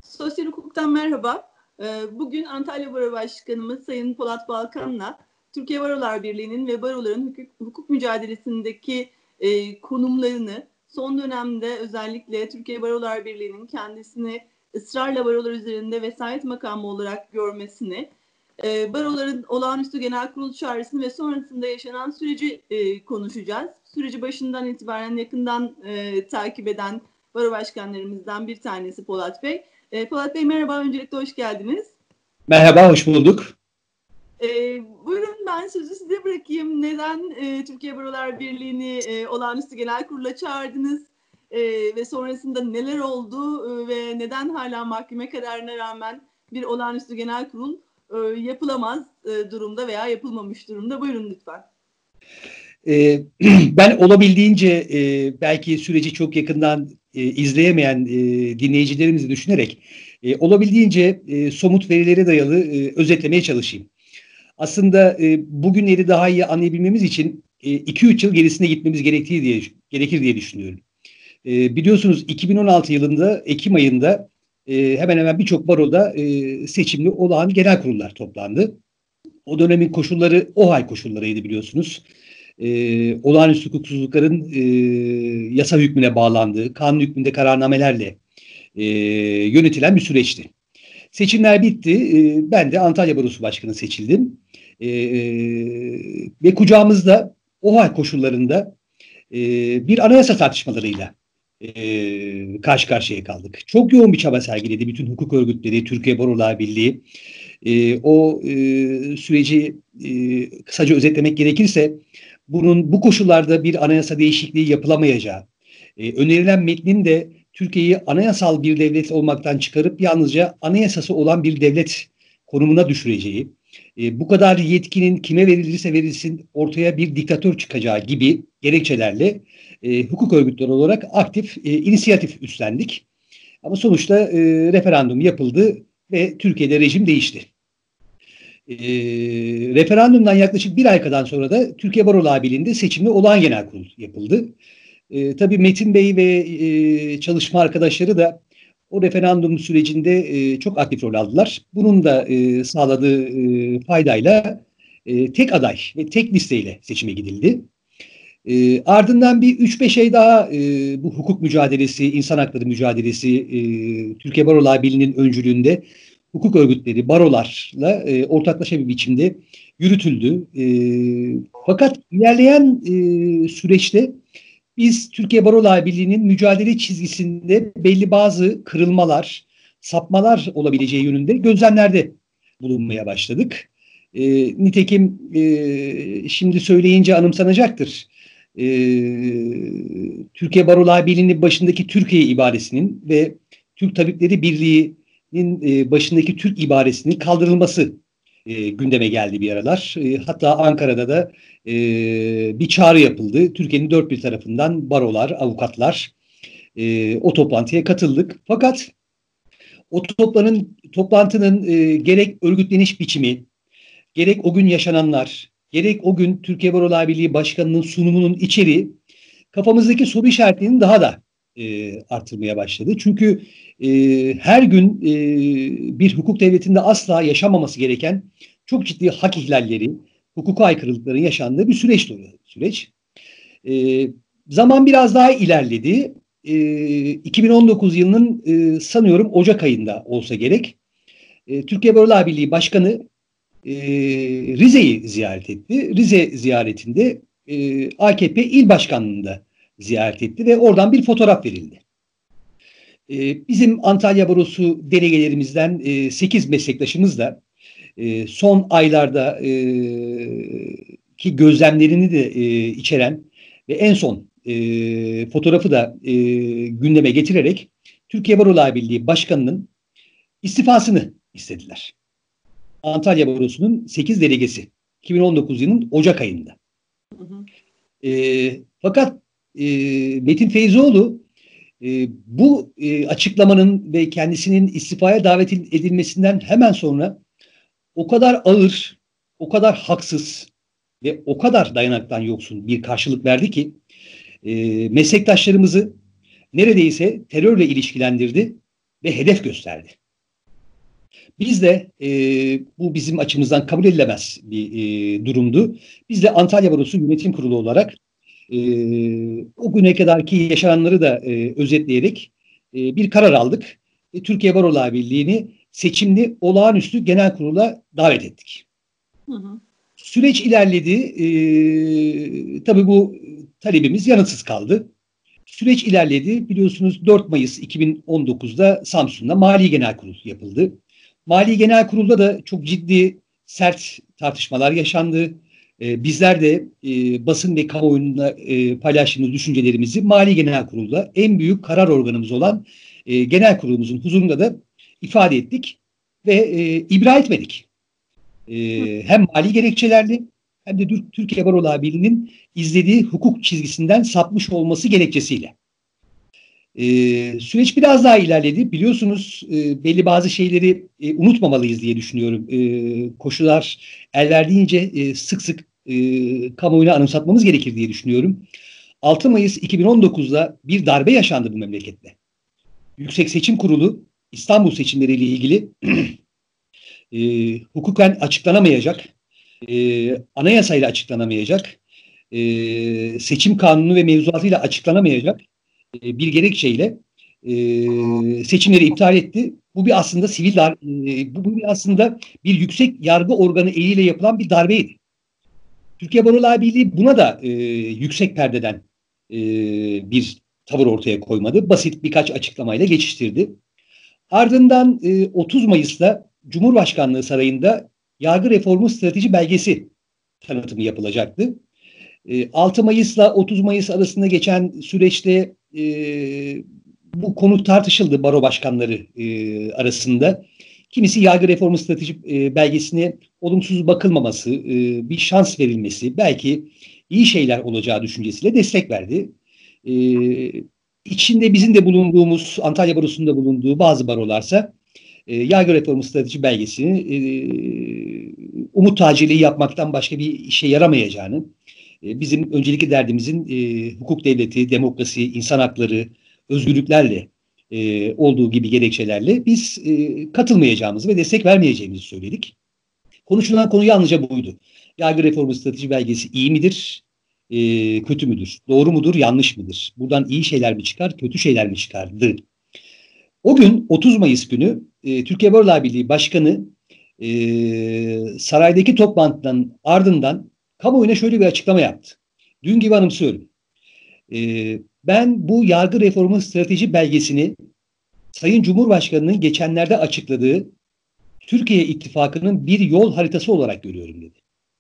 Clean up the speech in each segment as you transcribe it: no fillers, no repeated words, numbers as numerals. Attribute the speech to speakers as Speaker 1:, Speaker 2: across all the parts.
Speaker 1: Sosyal hukuktan merhaba. Bugün Antalya Baro Başkanımız Sayın Polat Balkan'la Türkiye Barolar Birliği'nin ve baroların hukuk mücadelesindeki konumlarını, son dönemde özellikle Türkiye Barolar Birliği'nin kendisini ısrarla barolar üzerinde vesayet makamı olarak görmesini, baroların olağanüstü genel kurul çağrısını ve sonrasında yaşanan süreci konuşacağız. Süreci başından itibaren yakından takip eden baro başkanlarımızdan bir tanesi Polat Bey. Polat Bey merhaba, öncelikle hoş geldiniz.
Speaker 2: Merhaba, hoş bulduk.
Speaker 1: Buyurun, ben sözü size bırakayım. Neden Türkiye Barolar Birliği'ni olağanüstü genel kurula çağırdınız ve sonrasında neler oldu ve neden hala mahkeme kararına rağmen bir olağanüstü genel kurul yapılamaz durumda veya yapılmamış durumda? Buyurun lütfen.
Speaker 2: Ben olabildiğince belki süreci çok yakından izleyemeyen dinleyicilerimizi düşünerek olabildiğince somut verilere dayalı özetlemeye çalışayım. Aslında bugünleri daha iyi anlayabilmemiz için 2-3 yıl gerisine gitmemiz gerekir diye düşünüyorum. Biliyorsunuz 2016 yılında Ekim ayında hemen hemen birçok baroda seçimli olağan genel kurullar toplandı. O dönemin koşulları OHAL koşullarıydı biliyorsunuz. Olağanüstü hukuksuzlukların yasa hükmüne bağlandığı, kanun hükmünde kararnamelerle yönetilen bir süreçti. Seçimler bitti. Ben de Antalya Barosu Başkanı seçildim. Ve kucağımızda OHAL koşullarında bir anayasa tartışmalarıyla karşı karşıya kaldık. Çok yoğun bir çaba sergiledi bütün hukuk örgütleri, Türkiye Barolar Birliği. O süreci kısaca özetlemek gerekirse bu koşullarda bir anayasa değişikliği yapılamayacağı, önerilen metnin de Türkiye'yi anayasal bir devlet olmaktan çıkarıp yalnızca anayasası olan bir devlet konumuna düşüreceği, bu kadar yetkinin kime verilirse verilsin ortaya bir diktatör çıkacağı gibi gerekçelerle hukuk örgütleri olarak aktif inisiyatif üstlendik. Ama sonuçta referandum yapıldı ve Türkiye'de rejim değişti. Referandumdan yaklaşık bir ay kadar sonra da Türkiye Barolar Birliği'nde seçimli olağan genel kurul yapıldı. Tabii Metin Bey ve çalışma arkadaşları da o referandum sürecinde çok aktif rol aldılar. Bunun da sağladığı faydayla tek aday ve tek listeyle seçime gidildi. Ardından bir 3-5 ay daha bu hukuk mücadelesi, insan hakları mücadelesi Türkiye Barolar Birliği'nin öncülüğünde hukuk örgütleri, barolarla ortaklaşa bir biçimde yürütüldü. Fakat ilerleyen süreçte biz Türkiye Barolar Birliği'nin mücadele çizgisinde belli bazı kırılmalar, sapmalar olabileceği yönünde gözlemlerde bulunmaya başladık. Nitekim şimdi söyleyince anımsanacaktır. Türkiye Barolar Birliği'nin başındaki Türkiye ibaresinin ve Türk Tabipleri Birliği'nin başındaki Türk ibaresinin kaldırılması gündeme geldi bir aralar. Hatta Ankara'da da bir çağrı yapıldı. Türkiye'nin dört bir tarafından barolar, avukatlar o toplantıya katıldık. Fakat o toplantının gerek örgütleniş biçimi, gerek o gün yaşananlar, gerek o gün Türkiye Barolar Birliği Başkanı'nın sunumunun içeriği kafamızdaki soru işaretlerini daha da artırmaya başladı. Çünkü her gün bir hukuk devletinde asla yaşamaması gereken çok ciddi hak ihlalleri, hukuka aykırılıkların yaşandığı bir süreç. Zaman biraz daha ilerledi. 2019 yılının sanıyorum Ocak ayında olsa gerek. Türkiye Barolar Birliği Başkanı Rize'yi ziyaret etti. Rize ziyaretinde AKP il başkanlığında ziyaret etti ve oradan bir fotoğraf verildi. Bizim Antalya Barosu delegelerimizden 8 meslektaşımız da son aylarda ki gözlemlerini de içeren ve en son fotoğrafı da gündeme getirerek Türkiye Barolar Birliği Başkanı'nın istifasını istediler. Antalya Barosu'nun 8 delegesi 2019 yılının Ocak ayında. Fakat Metin Feyzoğlu bu açıklamanın ve kendisinin istifaya davet edilmesinden hemen sonra o kadar ağır, o kadar haksız ve o kadar dayanaktan yoksun bir karşılık verdi ki meslektaşlarımızı neredeyse terörle ilişkilendirdi ve hedef gösterdi. Biz de bu bizim açımızdan kabul edilemez bir durumdu. Biz de Antalya Barosu Yönetim Kurulu olarak o güne kadarki yaşananları da özetleyerek bir karar aldık. Türkiye Barolar Birliği'ni seçimli olağanüstü genel kurula davet ettik.
Speaker 1: Hı hı.
Speaker 2: Süreç ilerledi. Tabii bu talebimiz yanıtsız kaldı. Süreç ilerledi. Biliyorsunuz 4 Mayıs 2019'da Samsun'da Mali Genel Kurul yapıldı. Mali Genel Kurul'da da çok ciddi, sert tartışmalar yaşandı. Bizler de basın ve kamuoyunda paylaştığımız düşüncelerimizi Mali Genel Kurul'da en büyük karar organımız olan genel kurulumuzun huzurunda da ifade ettik ve ibra etmedik. Hem mali gerekçelerle hem de Türkiye Barolar Birliği'nin izlediği hukuk çizgisinden sapmış olması gerekçesiyle. Süreç biraz daha ilerledi. Biliyorsunuz belli bazı şeyleri unutmamalıyız diye düşünüyorum. Koşullar el verdiğince sık sık kamuoyuna anımsatmamız gerekir diye düşünüyorum. 6 Mayıs 2019'da bir darbe yaşandı bu memlekette. Yüksek Seçim Kurulu İstanbul seçimleriyle ilgili hukuken açıklanamayacak, anayasayla açıklanamayacak, seçim kanunu ve mevzuatıyla açıklanamayacak bir gerekçeyle seçimleri iptal etti. Bu bir aslında bu bir aslında bir yüksek yargı organı eliyle yapılan bir darbeydi. Türkiye Barolar Birliği buna da yüksek perdeden bir tavır ortaya koymadı. Basit birkaç açıklamayla geçiştirdi. Ardından 30 Mayıs'ta Cumhurbaşkanlığı Sarayı'nda yargı reformu strateji belgesi tanıtımı yapılacaktı. 6 Mayıs'la 30 Mayıs arasında geçen süreçte bu konu tartışıldı baro başkanları arasında. Kimisi yargı reformu strateji belgesine olumsuz bakılmaması, bir şans verilmesi, belki iyi şeyler olacağı düşüncesiyle destek verdi. İçinde bizim de bulunduğumuz, Antalya Barosu'nda bulunduğu bazı barolarsa yargı reformu strateji belgesini umut tacirliği yapmaktan başka bir işe yaramayacağını, bizim öncelikli derdimizin hukuk devleti, demokrasi, insan hakları, özgürlüklerle olduğu gibi gerekçelerle biz katılmayacağımızı ve destek vermeyeceğimizi söyledik. Konuşulan konu yalnızca buydu. Yargı reformu strateji belgesi iyi midir, kötü müdür? Doğru mudur, yanlış mıdır? Buradan iyi şeyler mi çıkar, kötü şeyler mi çıkardı? O gün 30 Mayıs günü Türkiye Barolar Birliği Başkanı saraydaki toplantıdan ardından kamuoyuna şöyle bir açıklama yaptı. Dün gibi anımsıyorum. Ben bu yargı reformu strateji belgesini Sayın Cumhurbaşkanı'nın geçenlerde açıkladığı Türkiye İttifakı'nın bir yol haritası olarak görüyorum dedi.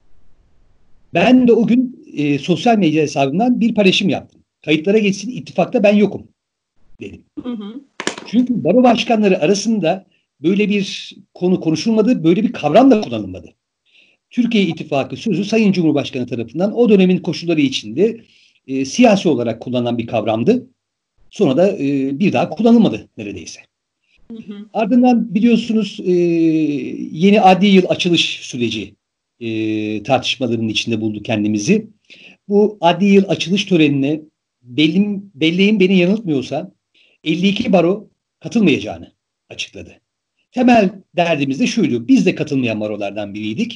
Speaker 2: Ben de o gün sosyal medya hesabından bir paylaşım yaptım. Kayıtlara geçsin, ittifakta ben yokum dedim.
Speaker 1: Hı hı.
Speaker 2: Çünkü baro başkanları arasında böyle bir konu konuşulmadı, böyle bir kavram da kullanılmadı. Türkiye İttifakı sözü Sayın Cumhurbaşkanı tarafından o dönemin koşulları içinde siyasi olarak kullanılan bir kavramdı. Sonra da bir daha kullanılmadı neredeyse.
Speaker 1: Hı hı.
Speaker 2: Ardından biliyorsunuz yeni adli yıl açılış süreci tartışmalarının içinde buldu kendimizi. Bu adli yıl açılış törenine belleğim beni yanıltmıyorsa 52 baro katılmayacağını açıkladı. Temel derdimiz de şuydu. Biz de katılmayan barolardan biriydik.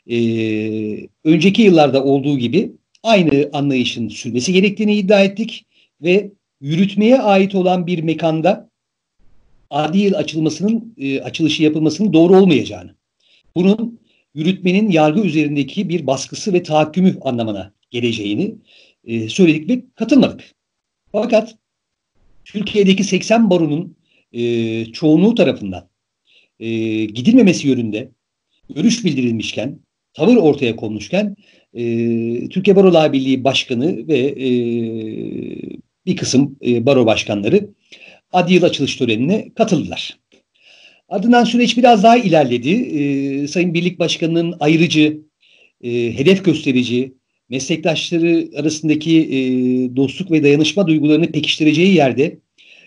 Speaker 2: Önceki yıllarda olduğu gibi aynı anlayışın sürmesi gerektiğini iddia ettik ve yürütmeye ait olan bir mekanda adli yıl açılışı yapılmasının doğru olmayacağını, bunun yürütmenin yargı üzerindeki bir baskısı ve tahakkümü anlamına geleceğini söyledik ve katılmadık. Fakat Türkiye'deki 80 baronun çoğunluğu tarafından gidilmemesi yönünde görüş bildirilmişken, tavır ortaya konmuşken Türkiye Barolar Birliği Başkanı ve bir kısım baro başkanları adli yıl açılış törenine katıldılar. Ardından süreç biraz daha ilerledi. Sayın Birlik Başkanı'nın ayrıcı, hedef gösterici, meslektaşları arasındaki dostluk ve dayanışma duygularını pekiştireceği yerde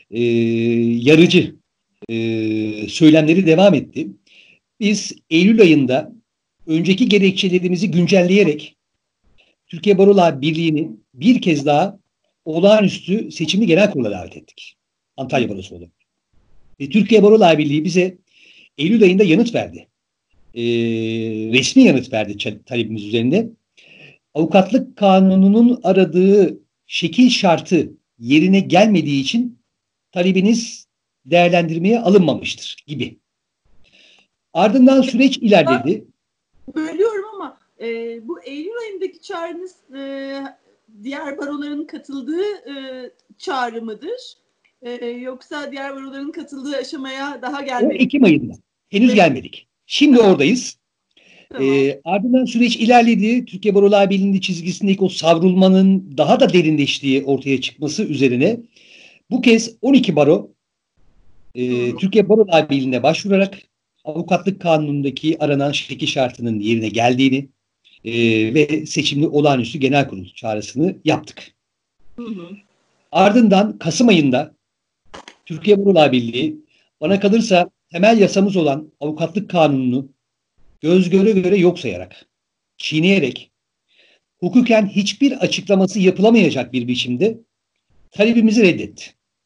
Speaker 2: yarıcı söylemleri devam etti. Biz Eylül ayında önceki gerekçelerimizi güncelleyerek Türkiye Barolar Birliği'ni bir kez daha olağanüstü seçimli genel kurula davet ettik. Antalya Barosu olarak. Türkiye Barolar Birliği bize Eylül ayında yanıt verdi. Resmi yanıt verdi talebimiz üzerinde. Avukatlık kanununun aradığı şekil şartı yerine gelmediği için talebiniz değerlendirmeye alınmamıştır gibi. Ardından süreç ilerledi.
Speaker 1: Bölüyorum ama bu Eylül ayındaki çağrınız diğer baroların katıldığı çağrı mıdır? Yoksa diğer baroların katıldığı aşamaya daha gelmedik?
Speaker 2: O Ekim ayında. Henüz gelmedik. Şimdi oradayız.
Speaker 1: Tamam.
Speaker 2: Ardından süreç ilerledi. Türkiye Barolar Birliği'nin çizgisindeki o savrulmanın daha da derinleştiği ortaya çıkması üzerine bu kez 12 baro Türkiye Barolar Birliği'ne başvurarak avukatlık kanunundaki aranan şekil şartının yerine geldiğini ve seçimli olağanüstü genel kurul çağrısını yaptık. Ardından Kasım ayında Türkiye Barolar Birliği bana kalırsa temel yasamız olan avukatlık kanununu göz göre göre yok sayarak, çiğneyerek, hukuken hiçbir açıklaması yapılamayacak bir biçimde talebimizi reddetti.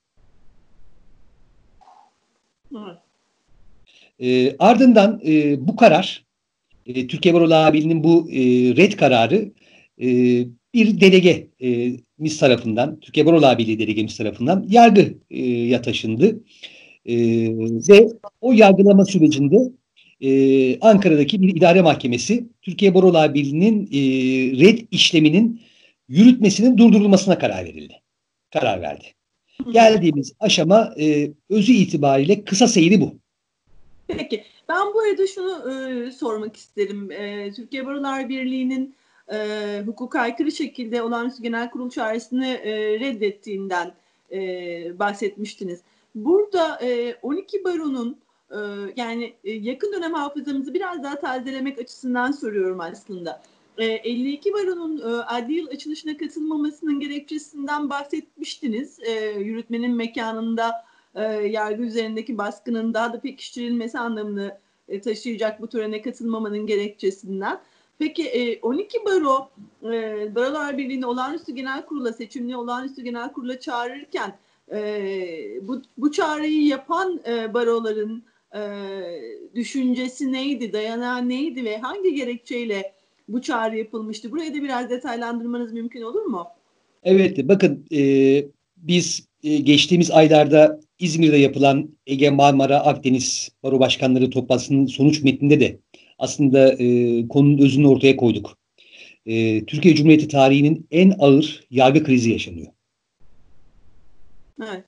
Speaker 2: Ardından bu karar, Türkiye Barolar Birliği'nin bu red kararı bir delegemiz tarafından, Türkiye Barolar Birliği delegemiz tarafından yargıya taşındı. Ve o yargılama sürecinde Ankara'daki bir idare mahkemesi Türkiye Barolar Birliği'nin red işleminin yürütmesinin durdurulmasına karar verdi. Geldiğimiz aşama özü itibariyle kısa seyri bu.
Speaker 1: Peki. Ben bu arada şunu sormak isterim. Türkiye Barolar Birliği'nin hukuka aykırı şekilde olağanüstü genel kurul çağrısını reddettiğinden bahsetmiştiniz. Burada 12 baronun yani yakın dönem hafızamızı biraz daha tazelemek açısından soruyorum aslında. 52 baronun adli yıl açılışına katılmamasının gerekçesinden bahsetmiştiniz. Yürütmenin mekanında yargı üzerindeki baskının daha da pekiştirilmesi anlamını taşıyacak bu törene katılmamanın gerekçesinden. Peki 12 baro Barolar Birliği'ni olağanüstü genel kurula, seçimli olağanüstü genel kurula çağırırken bu çağrıyı yapan baroların düşüncesi neydi, dayanağı neydi ve hangi gerekçeyle bu çağrı yapılmıştı? Burayı da biraz detaylandırmanız mümkün olur mu?
Speaker 2: Evet, bakın biz geçtiğimiz aylarda İzmir'de yapılan Ege, Marmara, Akdeniz Baro Başkanları toplantısının sonuç metninde de aslında konunun özünü ortaya koyduk. Türkiye Cumhuriyeti tarihinin en ağır yargı krizi yaşanıyor.
Speaker 1: Evet.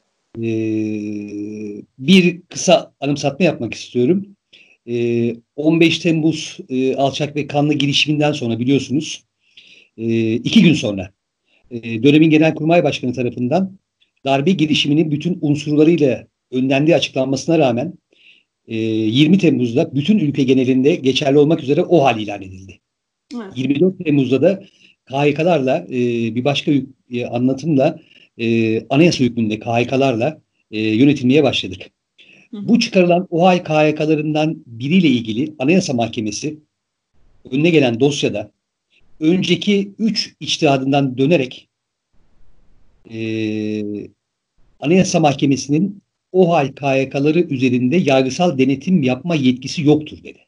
Speaker 2: Bir kısa anımsatma yapmak istiyorum. 15 Temmuz alçak ve kanlı girişiminden sonra biliyorsunuz 2 gün sonra dönemin Genelkurmay Başkanı tarafından darbe girişiminin bütün unsurlarıyla önlendiği açıklanmasına rağmen 20 Temmuz'da bütün ülke genelinde geçerli olmak üzere o hal ilan edildi. Evet. 24 Temmuz'da da KHK'larla bir başka anlatımla anayasa hükmünde KHK'larla yönetilmeye başladık. Bu çıkarılan OHAL KHK'larından biriyle ilgili Anayasa Mahkemesi önüne gelen dosyada önceki 3 içtihadından dönerek Anayasa Mahkemesi'nin OHAL KHK'ları üzerinde yargısal denetim yapma yetkisi yoktur dedi.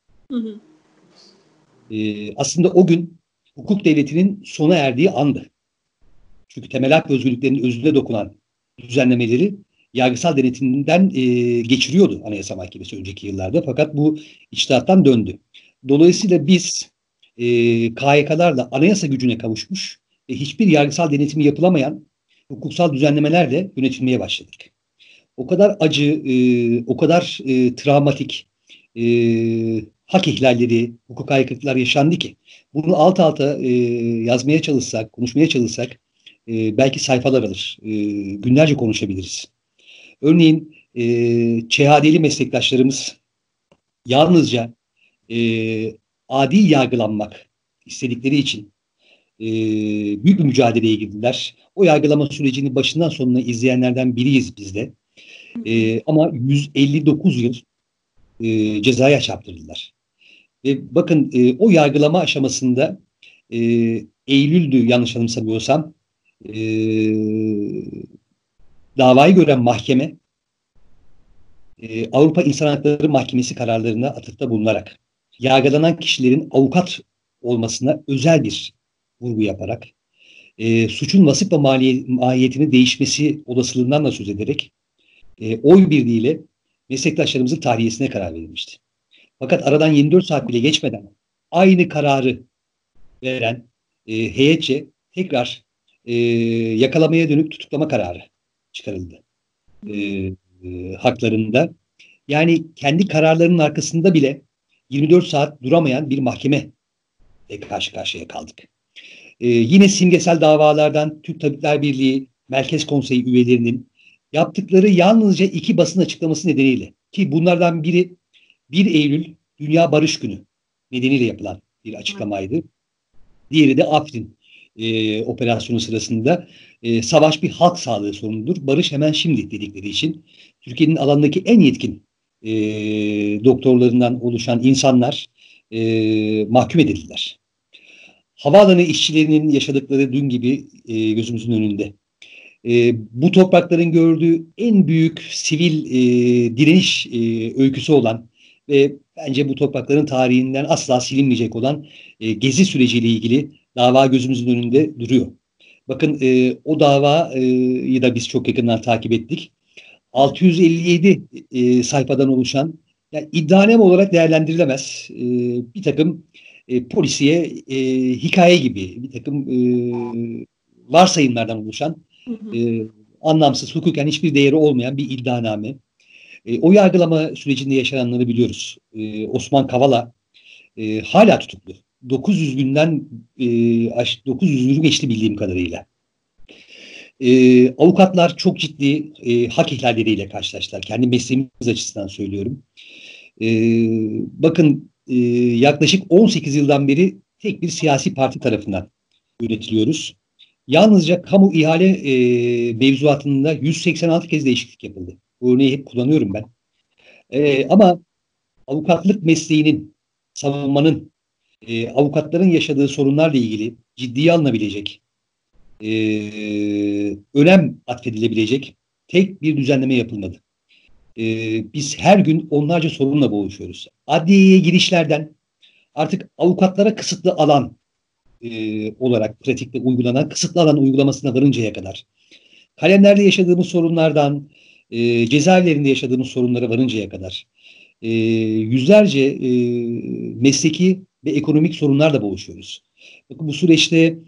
Speaker 2: Aslında o gün hukuk devletinin sona erdiği andı. Çünkü temel hak ve özgürlüklerin özüne dokunan düzenlemeleri yargısal denetimden geçiriyordu Anayasa Mahkemesi önceki yıllarda. Fakat bu içtihattan döndü. Dolayısıyla biz KHK'larla anayasa gücüne kavuşmuş ve hiçbir yargısal denetimi yapılamayan hukuksal düzenlemelerle yönetilmeye başladık. O kadar acı, o kadar travmatik hak ihlalleri, hukuk aykırılıklar yaşandı ki bunu alt alta yazmaya çalışsak, konuşmaya çalışsak belki sayfalar alır. Günlerce konuşabiliriz. Örneğin ÇHD'li meslektaşlarımız yalnızca adil yargılanmak istedikleri için büyük bir mücadeleye girdiler. O yargılama sürecini başından sonuna izleyenlerden biriyiz biz de. Ama 159 yıl cezaya çarptırdılar. Ve bakın o yargılama aşamasında Eylül'dü yanlış anımsamıyorsam davayı gören mahkeme Avrupa İnsan Hakları Mahkemesi kararlarına atıfta bulunarak, yargılanan kişilerin avukat olmasına özel bir vurgu yaparak, suçun vasıf ve mahiyetinin değişmesi olasılığından da söz ederek, oy birliğiyle meslektaşlarımızın tahliyesine karar verilmişti. Fakat aradan 24 saat bile geçmeden aynı kararı veren heyetçe tekrar yakalamaya dönük tutuklama kararı çıkarıldı haklarında. Yani kendi kararlarının arkasında bile 24 saat duramayan bir mahkeme karşı karşıya kaldık. Yine simgesel davalardan Türk Tabipler Birliği Merkez Konseyi üyelerinin yaptıkları yalnızca 2 basın açıklaması nedeniyle, ki bunlardan biri 1 Eylül Dünya Barış Günü nedeniyle yapılan bir açıklamaydı. Diğeri de Afrin operasyonu sırasında savaş bir halk sağlığı sorunudur. Barış hemen şimdi dedikleri için Türkiye'nin alandaki en yetkin doktorlarından oluşan insanlar mahkum edildiler. Havaalanı işçilerinin yaşadıkları dün gibi gözümüzün önünde. Bu toprakların gördüğü en büyük sivil direniş öyküsü olan ve bence bu toprakların tarihinden asla silinmeyecek olan Gezi süreciyle ilgili dava gözümüzün önünde duruyor. Bakın o davayı da biz çok yakından takip ettik. 657 sayfadan oluşan, yani iddianame olarak değerlendirilemez bir takım polisiye hikaye gibi bir takım varsayımlardan oluşan anlamsız, hukuken hiçbir değeri olmayan bir iddianame. O yargılama sürecinde yaşananları biliyoruz. Osman Kavala hala tutuklu. 900 günden 900 günü geçti bildiğim kadarıyla. Avukatlar çok ciddi hak ihlalleriyle karşılaştılar. Kendi mesleğimiz açısından söylüyorum. Bakın yaklaşık 18 yıldan beri tek bir siyasi parti tarafından yönetiliyoruz. Yalnızca kamu ihale mevzuatında 186 kez değişiklik yapıldı. Bu örneği hep kullanıyorum ben. Ama avukatlık mesleğinin, savunmanın, avukatların yaşadığı sorunlarla ilgili ciddiye alınabilecek, önem atfedilebilecek tek bir düzenleme yapılmadı. Biz her gün onlarca sorunla boğuşuyoruz. Adliyeye girişlerden artık avukatlara kısıtlı alan olarak pratikte uygulanan kısıtlı alan uygulamasına varıncaya kadar, kalemlerde yaşadığımız sorunlardan cezaevlerinde yaşadığımız sorunlara varıncaya kadar yüzlerce mesleki ve ekonomik sorunlarla boğuşuyoruz. Bakın bu süreçte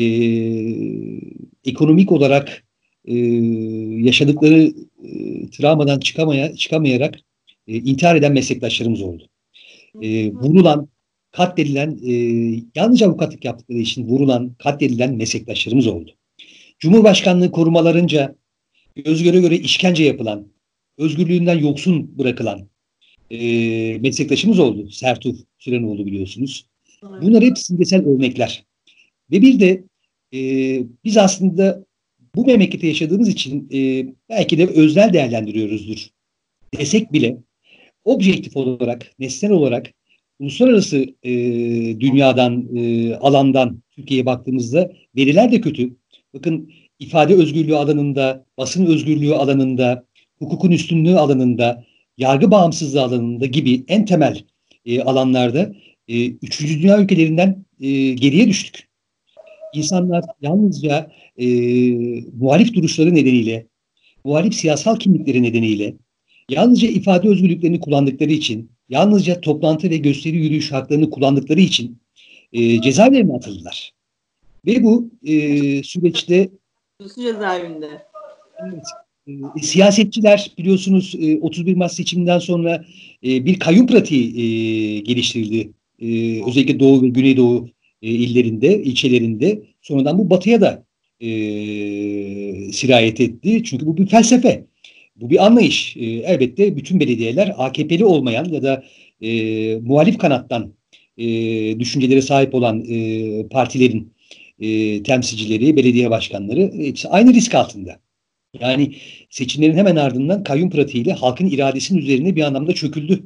Speaker 2: ekonomik olarak yaşadıkları travmadan çıkamayarak intihar eden meslektaşlarımız oldu. Vurulan, katledilen, yalnızca avukatlık yaptıkları için vurulan, katledilen meslektaşlarımız oldu. Cumhurbaşkanlığı korumalarınca göz göre göre işkence yapılan, özgürlüğünden yoksun bırakılan meslektaşımız oldu. Sertuğ Sürenoğlu biliyorsunuz. Bunlar hep simgesel örnekler. Ve bir de biz aslında bu memlekette yaşadığımız için belki de öznel değerlendiriyoruzdur desek bile objektif olarak, nesnel olarak uluslararası dünyadan, alandan Türkiye'ye baktığımızda veriler de kötü. Bakın ifade özgürlüğü alanında, basın özgürlüğü alanında, hukukun üstünlüğü alanında, yargı bağımsızlığı alanında gibi en temel alanlarda 3. dünya ülkelerinden geriye düştük. İnsanlar yalnızca muhalif duruşları nedeniyle, muhalif siyasal kimlikleri nedeniyle, yalnızca ifade özgürlüklerini kullandıkları için, yalnızca toplantı ve gösteri yürüyüş haklarını kullandıkları için cezaevlerine atıldılar. Ve bu süreçte
Speaker 1: cezaevinde.
Speaker 2: Evet, siyasetçiler biliyorsunuz 31 Mart seçiminden sonra bir kayyum pratiği geliştirildi. Özellikle Doğu ve Güneydoğu illerinde, ilçelerinde. Sonradan bu batıya da sirayet etti. Çünkü bu bir felsefe. Bu bir anlayış. Elbette bütün belediyeler AKP'li olmayan ya da muhalif kanattan düşüncelere sahip olan partilerin temsilcileri, belediye başkanları hepsi aynı risk altında. Yani seçimlerin hemen ardından kayyum pratiğiyle halkın iradesinin üzerine bir anlamda çöküldü.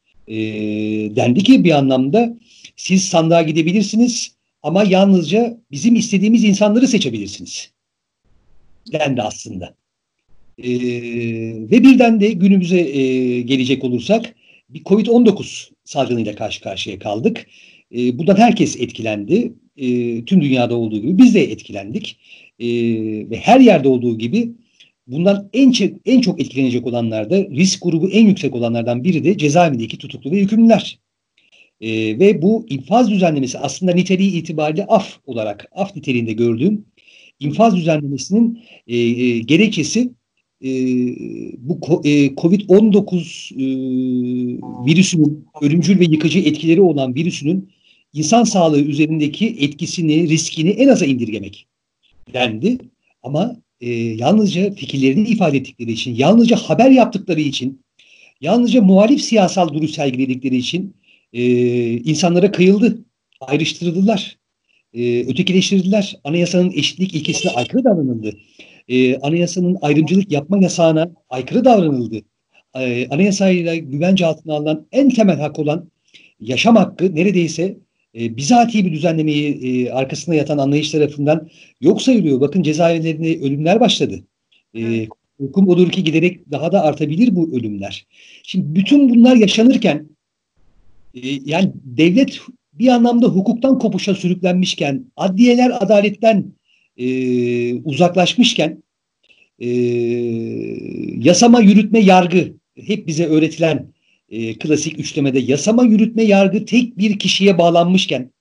Speaker 2: Dendi ki bir anlamda siz sandığa gidebilirsiniz ama yalnızca bizim istediğimiz insanları seçebilirsiniz. Dendi aslında. Ve birden de günümüze gelecek olursak bir Covid-19 salgınıyla karşı karşıya kaldık. Bundan herkes etkilendi. Tüm dünyada olduğu gibi biz de etkilendik. Ve her yerde olduğu gibi bundan en çok etkilenecek olanlar da risk grubu en yüksek olanlardan biri de cezaevindeki tutuklu ve hükümlüler. Ve bu infaz düzenlemesi aslında niteliği itibariyle af niteliğinde gördüğüm infaz düzenlemesinin gerekçesi bu Covid-19 virüsünün ölümcül ve yıkıcı etkileri olan virüsünün insan sağlığı üzerindeki etkisini, riskini en aza indirgemek dendi. Ama yalnızca fikirlerini ifade ettikleri için, yalnızca haber yaptıkları için, yalnızca muhalif siyasal duruş sergiledikleri için insanlara kıyıldı, ayrıştırıldılar, ötekileştirildiler. Anayasanın eşitlik ilkesine aykırı davranıldı. Anayasanın ayrımcılık yapma yasağına aykırı davranıldı. Anayasayla güvence altına alınan en temel hak olan yaşam hakkı neredeyse bizatihi bir düzenlemeyi arkasında yatan anlayış tarafından yok sayılıyor. Bakın cezaevlerinde ölümler başladı. Hukum odur ki giderek daha da artabilir bu ölümler. Şimdi bütün bunlar yaşanırken yani devlet bir anlamda hukuktan kopuşa sürüklenmişken, adliyeler adaletten uzaklaşmışken, yasama, yürütme, yargı hep bize öğretilen klasik üçlemede yasama, yürütme, yargı tek bir kişiye bağlanmışken,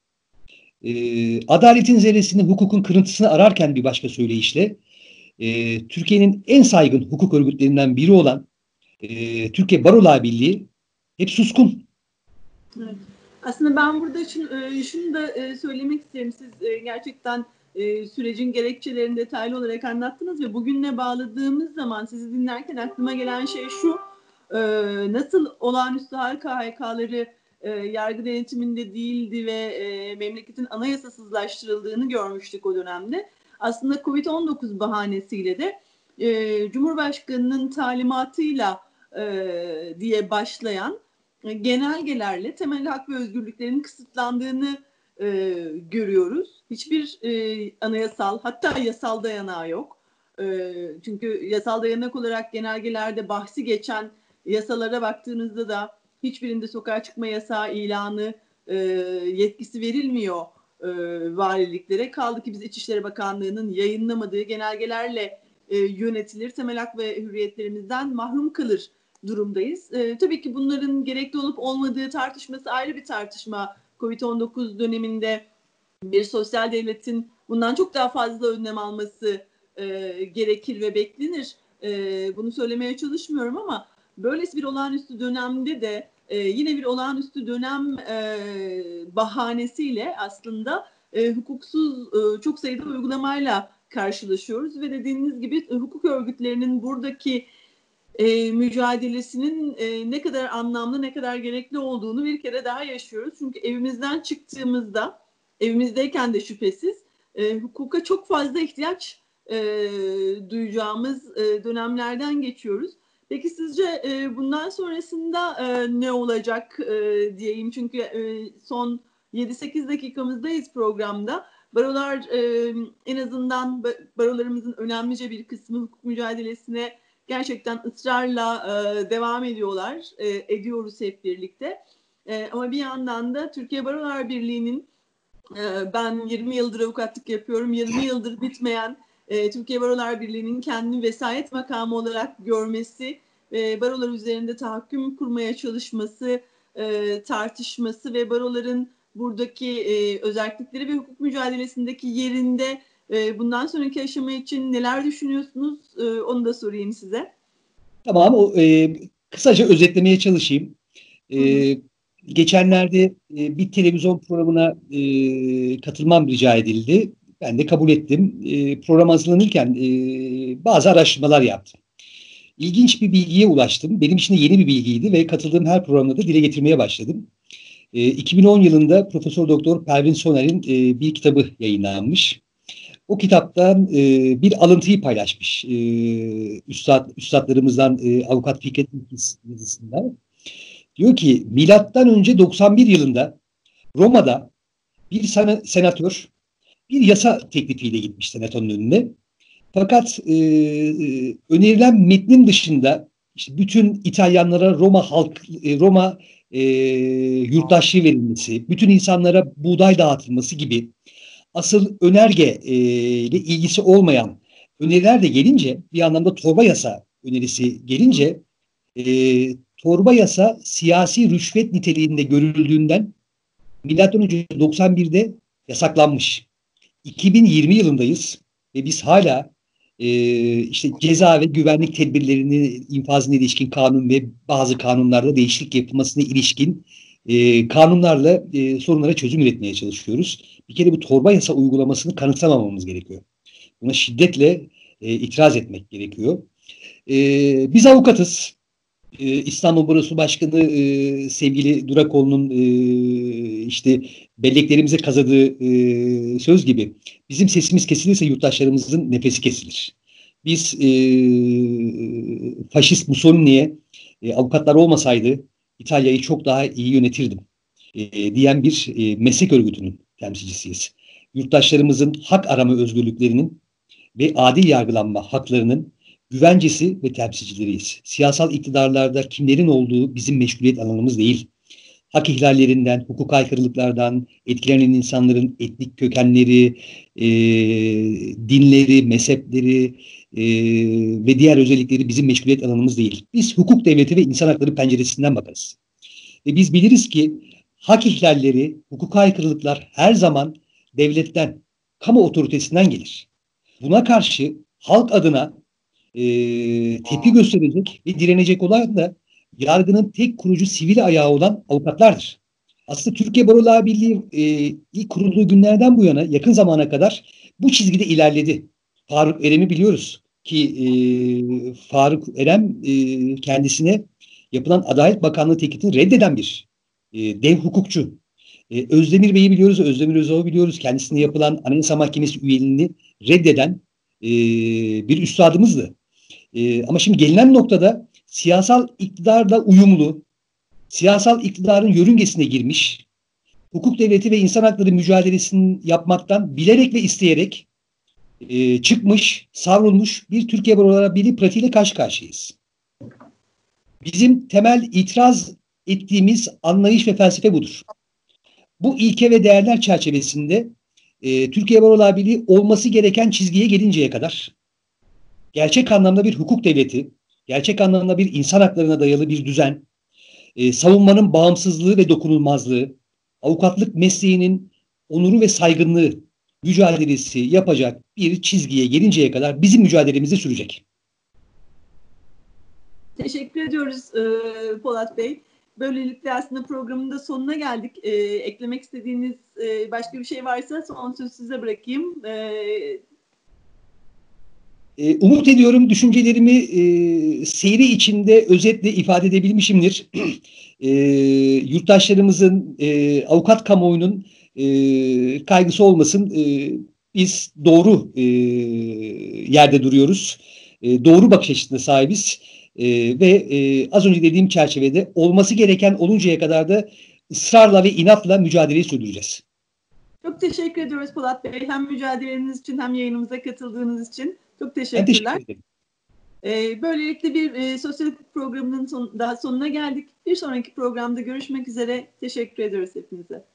Speaker 2: adaletin zerresini, hukukun kırıntısını ararken bir başka söyleyişle, Türkiye'nin en saygın hukuk örgütlerinden biri olan Türkiye Barolar Birliği hep suskun.
Speaker 1: Evet. Aslında ben burada şunu da söylemek isterim. Siz gerçekten sürecin gerekçelerini detaylı olarak anlattınız ve bugüne bağladığımız zaman sizi dinlerken aklıma gelen şey şu: nasıl olağanüstü hal KHK'ları yargı denetiminde değildi ve memleketin anayasasızlaştırıldığını görmüştük o dönemde. Aslında Covid-19 bahanesiyle de Cumhurbaşkanı'nın talimatıyla diye başlayan genelgelerle temel hak ve özgürlüklerin kısıtlandığını görüyoruz. Hiçbir anayasal, hatta yasal dayanağı yok. Çünkü yasal dayanak olarak genelgelerde bahsi geçen yasalara baktığınızda da hiçbirinde sokağa çıkma yasağı ilanı yetkisi verilmiyor valiliklere. Kaldı ki biz İçişleri Bakanlığı'nın yayınlamadığı genelgelerle yönetilir, temel hak ve hürriyetlerimizden mahrum kalır durumdayız. Tabii ki bunların gerekli olup olmadığı tartışması ayrı bir tartışma. Covid-19 döneminde bir sosyal devletin bundan çok daha fazla önlem alması gerekir ve beklenir. Bunu söylemeye çalışmıyorum ama böylesi bir olağanüstü dönemde de yine bir olağanüstü dönem bahanesiyle aslında hukuksuz çok sayıda uygulamayla karşılaşıyoruz ve dediğiniz gibi hukuk örgütlerinin buradaki mücadelesinin ne kadar anlamlı, ne kadar gerekli olduğunu bir kere daha yaşıyoruz. Çünkü evimizden çıktığımızda, evimizdeyken de şüphesiz hukuka çok fazla ihtiyaç duyacağımız dönemlerden geçiyoruz. Peki sizce bundan sonrasında ne olacak diyeyim? Çünkü son 7-8 dakikamızdayız programda. Barolar en azından barolarımızın önemlice bir kısmı hukuk mücadelesine gerçekten ısrarla devam ediyorlar. Ediyoruz hep birlikte. Ama bir yandan da Türkiye Barolar Birliği'nin ben 20 yıldır avukatlık yapıyorum. 20 yıldır bitmeyen Türkiye Barolar Birliği'nin kendini vesayet makamı olarak görmesi, barolar üzerinde tahakküm kurmaya çalışması, tartışması ve baroların buradaki özellikleri ve hukuk mücadelesindeki yerinde bundan sonraki aşama için neler düşünüyorsunuz? Onu da sorayım size.
Speaker 2: Tamam, kısaca özetlemeye çalışayım. Geçenlerde bir televizyon programına katılmam rica edildi. Ben de kabul ettim. Program hazırlanırken bazı araştırmalar yaptım. İlginç bir bilgiye ulaştım. Benim için de yeni bir bilgiydi ve katıldığım her programda da dile getirmeye başladım. 2010 yılında Profesör Doktor Pervin Soner'in bir kitabı yayınlanmış. O kitaptan bir alıntıyı paylaşmış üstadlarımızdan Avukat Fikret İlkiz yazısından. Diyor ki milattan önce 91 yılında Roma'da bir senatör bir yasa teklifiyle gitmiş senatonun önüne. Fakat önerilen metnin dışında işte bütün İtalyanlara Roma yurttaşlığı verilmesi, bütün insanlara buğday dağıtılması gibi asıl önerge ile ilgisi olmayan öneriler de gelince, bir anlamda torba yasa önerisi gelince, torba yasa siyasi rüşvet niteliğinde görüldüğünden M.Ö. 91'de yasaklanmış. 2020 yılındayız ve biz hala işte ceza ve güvenlik tedbirlerini infazına ilişkin kanun ve bazı kanunlarda değişiklik yapılmasına ilişkin kanunlarla sorunlara çözüm üretmeye çalışıyoruz. Bir kere bu torba yasa uygulamasını kanıksamamamız gerekiyor. Buna şiddetle itiraz etmek gerekiyor. Biz avukatız. İstanbul Barosu Başkanı sevgili Durakoğlu'nun işte belleklerimize kazıdığı söz gibi bizim sesimiz kesilirse yurttaşlarımızın nefesi kesilir. Biz faşist Mussolini'ye avukatlar olmasaydı İtalya'yı çok daha iyi yönetirdim diyen bir meslek örgütünün temsilcisiyiz. Yurttaşlarımızın hak arama özgürlüklerinin ve adil yargılanma haklarının güvencesi ve temsilcileriyiz. Siyasal iktidarlarda kimlerin olduğu bizim meşguliyet alanımız değil. Hak ihlallerinden, hukuk aykırılıklardan etkilenen insanların etnik kökenleri, dinleri, mezhepleri ve diğer özellikleri bizim meşguliyet alanımız değil. Biz hukuk devleti ve insan hakları penceresinden bakarız. Ve biz biliriz ki hak ihlalleri, hukuk aykırılıklar her zaman devletten, kamu otoritesinden gelir. Buna karşı halk adına tepki gösterecek ve direnecek olan da yargının tek kurucu sivil ayağı olan avukatlardır. Aslında Türkiye Barolar Birliği ilk kurulduğu günlerden bu yana yakın zamana kadar bu çizgide ilerledi. Faruk Erem'i biliyoruz ki Faruk Erem kendisine yapılan Adalet Bakanlığı teklifini reddeden bir dev hukukçu. Özdemir Bey'i biliyoruz, Özdemir Özal'ı biliyoruz. Kendisine yapılan Anayasa Mahkemesi üyeliğini reddeden bir üstadımızdı. Ama şimdi gelinen noktada siyasal iktidarla uyumlu, siyasal iktidarın yörüngesine girmiş, hukuk devleti ve insan hakları mücadelesini yapmaktan bilerek ve isteyerek çıkmış, savrulmuş bir Türkiye Barolar Birliği pratiğiyle karşı karşıyayız. Bizim temel itiraz ettiğimiz anlayış ve felsefe budur. Bu ilke ve değerler çerçevesinde Türkiye Barolar Birliği olması gereken çizgiye gelinceye kadar gerçek anlamda bir hukuk devleti, gerçek anlamda bir insan haklarına dayalı bir düzen, savunmanın bağımsızlığı ve dokunulmazlığı, avukatlık mesleğinin onuru ve saygınlığı mücadelesi yapacak bir çizgiye gelinceye kadar bizim mücadelemizi sürecek.
Speaker 1: Teşekkür ediyoruz Polat Bey. Böylelikle aslında programın da sonuna geldik. Eklemek istediğiniz başka bir şey varsa son sözü size bırakayım.
Speaker 2: Umut ediyorum düşüncelerimi seyri içinde özetle ifade edebilmişimdir. Yurttaşlarımızın, avukat kamuoyunun kaygısı olmasın. Biz doğru yerde duruyoruz. Doğru bakış açısına sahibiz. Ve az önce dediğim çerçevede olması gereken oluncaya kadar da ısrarla ve inatla mücadeleyi sürdüreceğiz.
Speaker 1: Çok teşekkür ediyoruz Polat Bey. Hem mücadeleniz için hem yayınımıza katıldığınız için. Çok teşekkürler.
Speaker 2: Ben teşekkür ederim.
Speaker 1: Böylelikle bir sosyal hukuk programının daha sonuna geldik. Bir sonraki programda görüşmek üzere. Teşekkür ediyoruz hepinize.